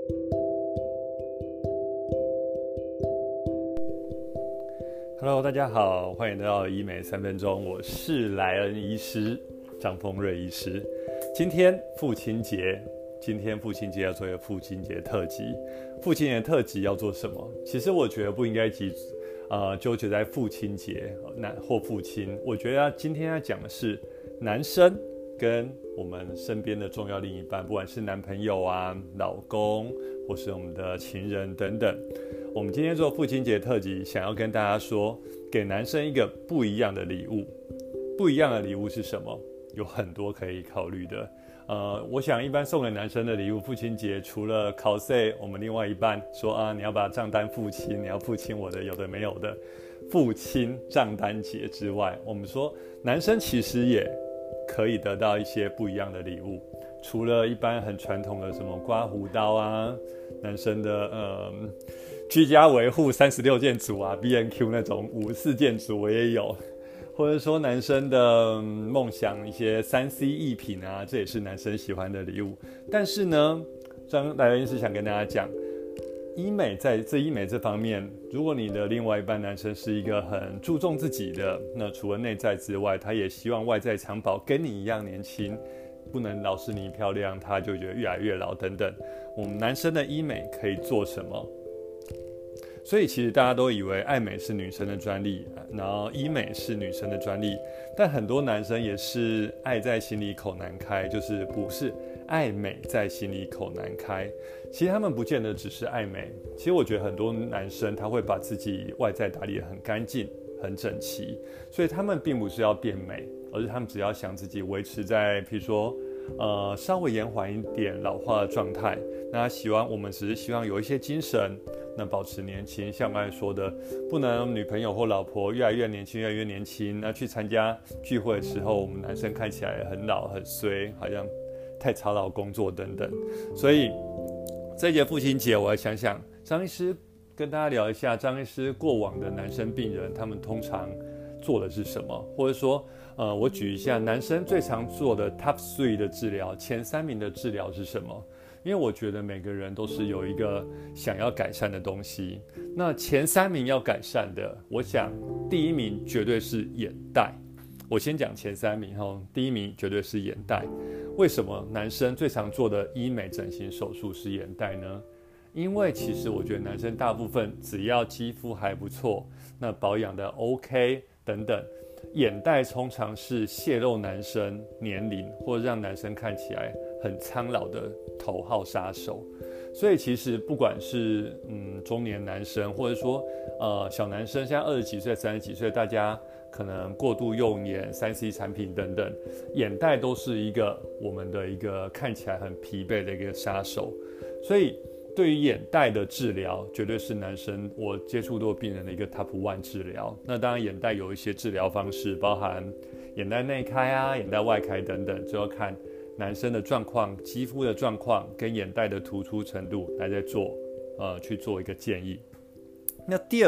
Hello， 大家好，欢迎来到医美3分钟，我是莱恩医师张丰瑞医师。今天父亲节要做一个父亲节特辑。父亲节特辑要做什么？其实我觉得不应该纠结在父亲节或父亲。我觉得今天要讲的是男生跟我们身边的重要另一半，不管是男朋友啊、老公，或是我们的情人等等。我们今天做父亲节特辑，想要跟大家说，给男生一个不一样的礼物。不一样的礼物是什么？有很多可以考虑的。我想一般送给男生的礼物，父亲节除了考试，我们另外一半说啊，你要把账单付清，你要付清我的有的没有的，付清账单节之外，我们说男生其实也可以得到一些不一样的礼物。除了一般很传统的什么刮胡刀啊，男生的居家维护36件组啊 B&Q 那种54件组我也有，或者说男生的梦想一些3C 艺品啊，这也是男生喜欢的礼物。但是呢，莱恩医师想跟大家讲，医美这方面，如果你的另外一半男生是一个很注重自己的，那除了内在之外，他也希望外在长保跟你一样年轻，不能老是你漂亮他就觉得越来越老等等。我们男生的医美可以做什么？所以其实大家都以为爱美是女生的专利，然后医美是女生的专利，但很多男生也是爱在心里口难开，就是不是爱美在心里口难开。其实他们不见得只是爱美，其实我觉得很多男生他会把自己外在打理得很干净很整齐，所以他们并不是要变美，而是他们只要想自己维持在比如说稍微延缓一点老化的状态。那我们只是希望有一些精神，那保持年轻。像刚才说的，不能女朋友或老婆越来越年轻，那去参加聚会的时候，我们男生看起来很老很衰，好像太操劳工作等等。所以这一节父亲节，我来想想，张医师跟大家聊一下，张医师过往的男生病人，他们通常做的是什么？或者说，我举一下男生最常做的 Top 3的治疗，前3名的治疗是什么？因为我觉得每个人都是有一个想要改善的东西。那前3名要改善的，我想第1名绝对是眼袋。我先讲前3名哈，第1名绝对是眼袋。为什么男生最常做的医美整形手术是眼袋呢？因为其实我觉得男生大部分只要肌肤还不错，那保养的 OK 等等，眼袋通常是泄露男生年龄或者让男生看起来很苍老的头号杀手。所以其实不管是中年男生，或者说小男生，现在20几岁、30几岁，大家可能过度用眼、3C 产品等等，眼袋都是我们的一个看起来很疲惫的一个杀手。所以对于眼袋的治疗，绝对是男生我接触过病人的一个 Top 1治疗。那当然眼袋有一些治疗方式，包含眼袋内开啊、眼袋外开等等，就要看男生的状况、肌肤的状况跟眼袋的突出程度来再去做一个建议。那第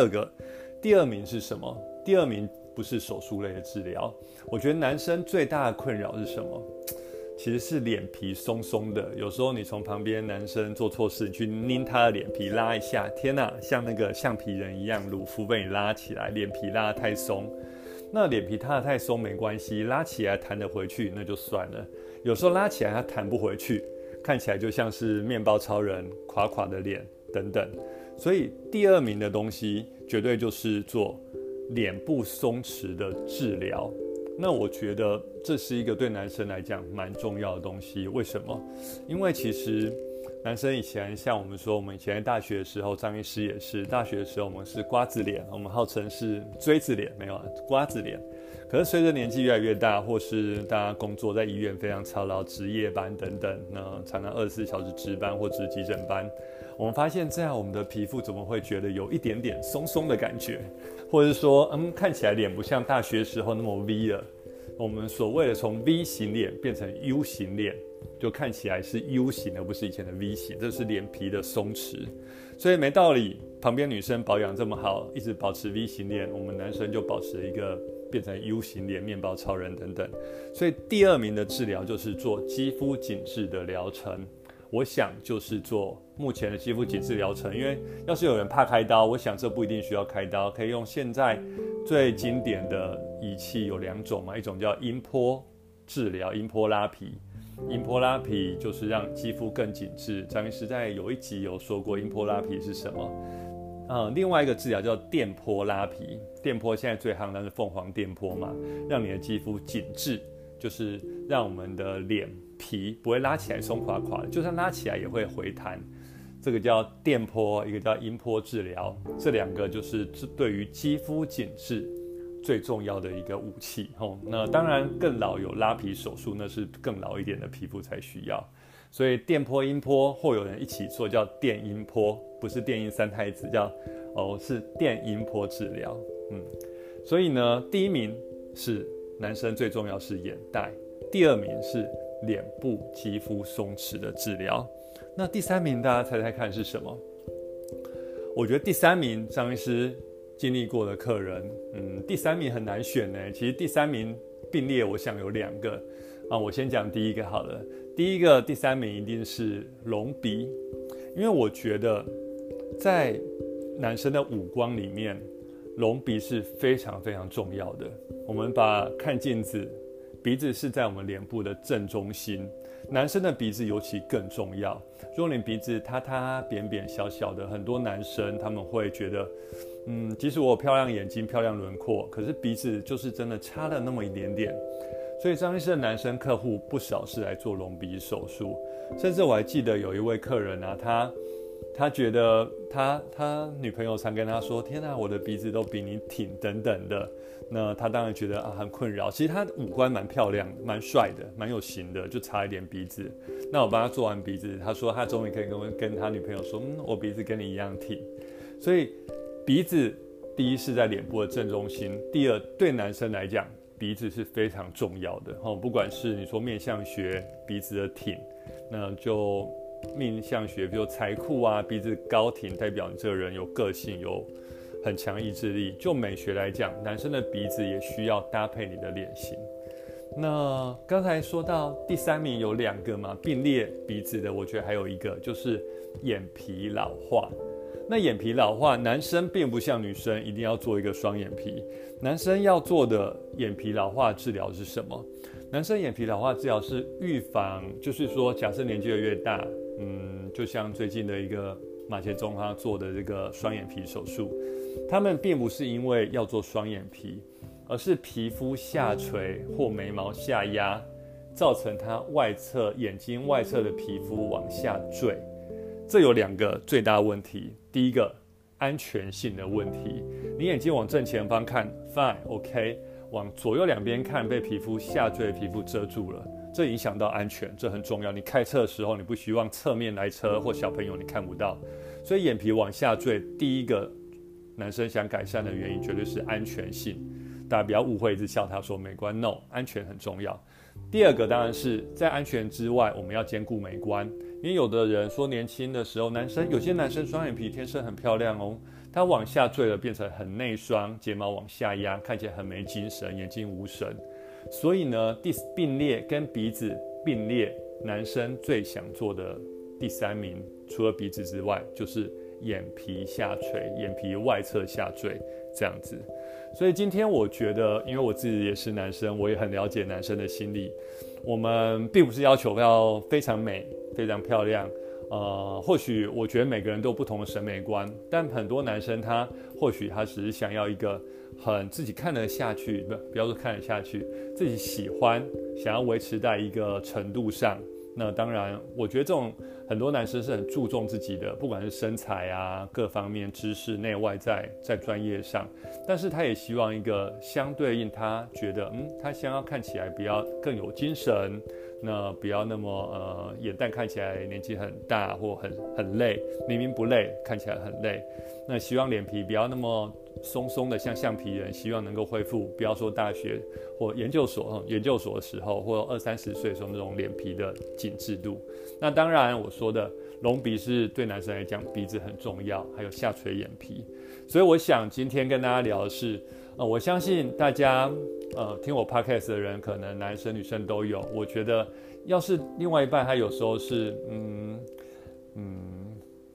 2名是什么？第2名不是手术类的治疗。我觉得男生最大的困扰是什么？其实是脸皮松松的。有时候你从旁边男生做错事，你去拧他的脸皮拉一下，天哪，像那个橡皮人一样，乳肤被你拉起来，脸皮拉得太松。那脸皮拉得太松没关系，拉起来弹得回去那就算了。有时候拉起来它弹不回去，看起来就像是面包超人，垮垮的脸等等。所以第2名的东西绝对就是做脸部松弛的治疗。那我觉得这是一个对男生来讲蛮重要的东西。为什么？因为其实男生以前像我们说，我们以前在大学的时候，张医师也是，大学的时候我们是瓜子脸，我们号称是锥子脸，没有瓜子脸。可是随着年纪越来越大，或是大家工作在医院非常操劳，值夜班等等，那常常24小时值班或值急诊班，我们发现这样我们的皮肤怎么会觉得有一点点松松的感觉，或者是说看起来脸不像大学时候那么 V 了。我们所谓的从 V 型脸变成 U 型脸，就看起来是 U 型而不是以前的 V 型，这是脸皮的松弛。所以没道理旁边女生保养这么好，一直保持 V 型脸，我们男生就保持一个变成 U 型脸、面包超人等等。所以第2名的治疗就是做肌肤紧致的疗程。 我想就是做目前的肌肤紧致疗程，因为要是有人怕开刀，我想这不一定需要开刀，可以用现在最经典的仪器有2种嘛，一种叫音波治疗，音波拉皮。音波拉皮就是让肌肤更紧致，张医师在有一集有说过音波拉皮是什么。另外一个治疗叫电波拉皮，电波现在最夯的是凤凰电波嘛，让你的肌肤紧致，就是让我们的脸皮不会拉起来松垮垮的，就算拉起来也会回弹。这个叫电波，一个叫音波治疗，这2个就是对于肌肤紧致最重要的一个武器。那当然更老有拉皮手术，那是更老一点的皮肤才需要。所以电波、音波或有人一起做叫电音波，不是电音三太子，是电音波治疗。所以呢，第一名是男生最重要是眼袋，第2名是脸部肌肤松弛的治疗。那第3名大家猜猜看是什么？我觉得第3名张医师经历过的客人，第3名很难选呢。其实第3名并列，我想有2个我先讲第一个好了。第一个第3名一定是隆鼻，因为我觉得在男生的五官里面，隆鼻是非常非常重要的。我们看镜子，鼻子是在我们脸部的正中心，男生的鼻子尤其更重要。如果你鼻子塌扁扁小小的，很多男生他们会觉得即使我有漂亮眼睛漂亮轮廓，可是鼻子就是真的差了那么一点点。所以张医师的男生客户不少是来做隆鼻手术，甚至我还记得有一位客人他觉得他女朋友常跟他说，天啊，我的鼻子都比你挺等等的。那他当然觉得很困扰。其实他五官蛮漂亮的，蛮帅的，蛮有型的，就差一点鼻子。那我帮他做完鼻子，他说他终于可以跟他女朋友说，我鼻子跟你一样挺。所以鼻子第一是在脸部的正中心，第2对男生来讲，鼻子是非常重要的。不管是你说面相学鼻子的挺，那就面相学，比如财库鼻子高挺，代表你这个人有个性，有很强意志力。就美学来讲，男生的鼻子也需要搭配你的脸型。那刚才说到第3名有2个嘛，并列鼻子的，我觉得还有一个就是眼皮老化。那眼皮老化，男生并不像女生一定要做一个双眼皮，男生要做的眼皮老化治疗是什么？男生眼皮老化治疗是预防，就是说假设年纪越大，就像最近的一个马前总他做的这个双眼皮手术，他们并不是因为要做双眼皮，而是皮肤下垂或眉毛下压，造成他眼睛外侧的皮肤往下坠。这有2个最大问题。第一个，安全性的问题，你眼睛往正前方看 fine OK， 往左右两边看被皮肤下坠的皮肤遮住了，这影响到安全，这很重要。你开车的时候，你不希望侧面来车或小朋友你看不到，所以眼皮往下坠，第一个男生想改善的原因绝对是安全性。大家不要误会，一直笑他说美观 ，no， 安全很重要。第2个当然是在安全之外，我们要兼顾美观。因为有的人说年轻的时候，有些男生双眼皮天生很漂亮哦，他往下坠了变成很内双，睫毛往下压，看起来很没精神，眼睛无神。所以呢，并列跟鼻子并列，男生最想做的第3名，除了鼻子之外，就是眼皮下垂，眼皮外侧下坠这样子。所以今天我觉得，因为我自己也是男生，我也很了解男生的心理。我们并不是要求要非常美、非常漂亮，或许我觉得每个人都有不同的审美观，但很多男生或许他只是想要一个很自己看得下去，不要说看得下去，自己喜欢，想要维持在一个程度上。那当然，我觉得这种很多男生是很注重自己的，不管是身材各方面知识内外在专业上，但是他也希望一个相对应，他觉得他想要看起来比较更有精神，那不要那么眼袋看起来年纪很大或很累，明明不累看起来很累。那希望脸皮不要那么松松的像橡皮人，希望能够恢复，不要说大学或研究所的时候，或20-30岁的时候那种脸皮的紧致度。那当然我说的隆鼻是对男生来讲鼻子很重要，还有下垂眼皮。所以我想今天跟大家聊的是，我相信大家听我 podcast 的人可能男生女生都有，我觉得要是另外一半他有时候是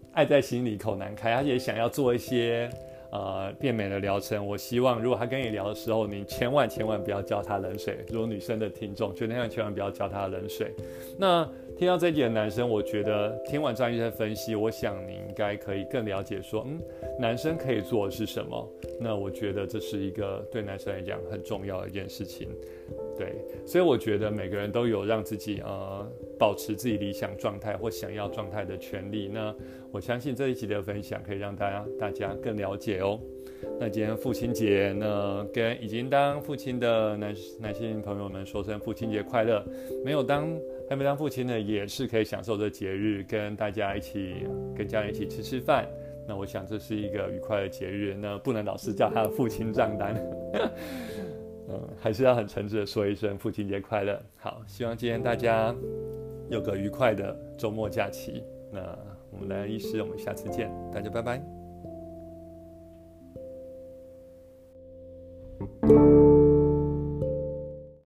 爱在心里口难开，他也想要做一些变美的疗程。我希望如果他跟你聊的时候，你千万不要浇他冷水。如果女生的听众，千万不要浇他冷水。那听到这一集的男生，我觉得听完张医生分析，我想你应该可以更了解说，男生可以做的是什么。那我觉得这是一个对男生来讲很重要的一件事情。对，所以我觉得每个人都有让自己保持自己理想状态或想要状态的权利。那我相信这一集的分享可以让大家更了解哦。那今天父亲节呢，跟已经当父亲的男性朋友们说声父亲节快乐。还没当父亲的，也是可以享受这节日，跟家人一起吃饭。那我想这是一个愉快的节日，那不能老是叫他的父亲账单。还是要很诚挚的说一声父亲节快乐。好，希望今天大家有个愉快的周末假期。那我们莱恩医师，我们下次见，大家拜拜。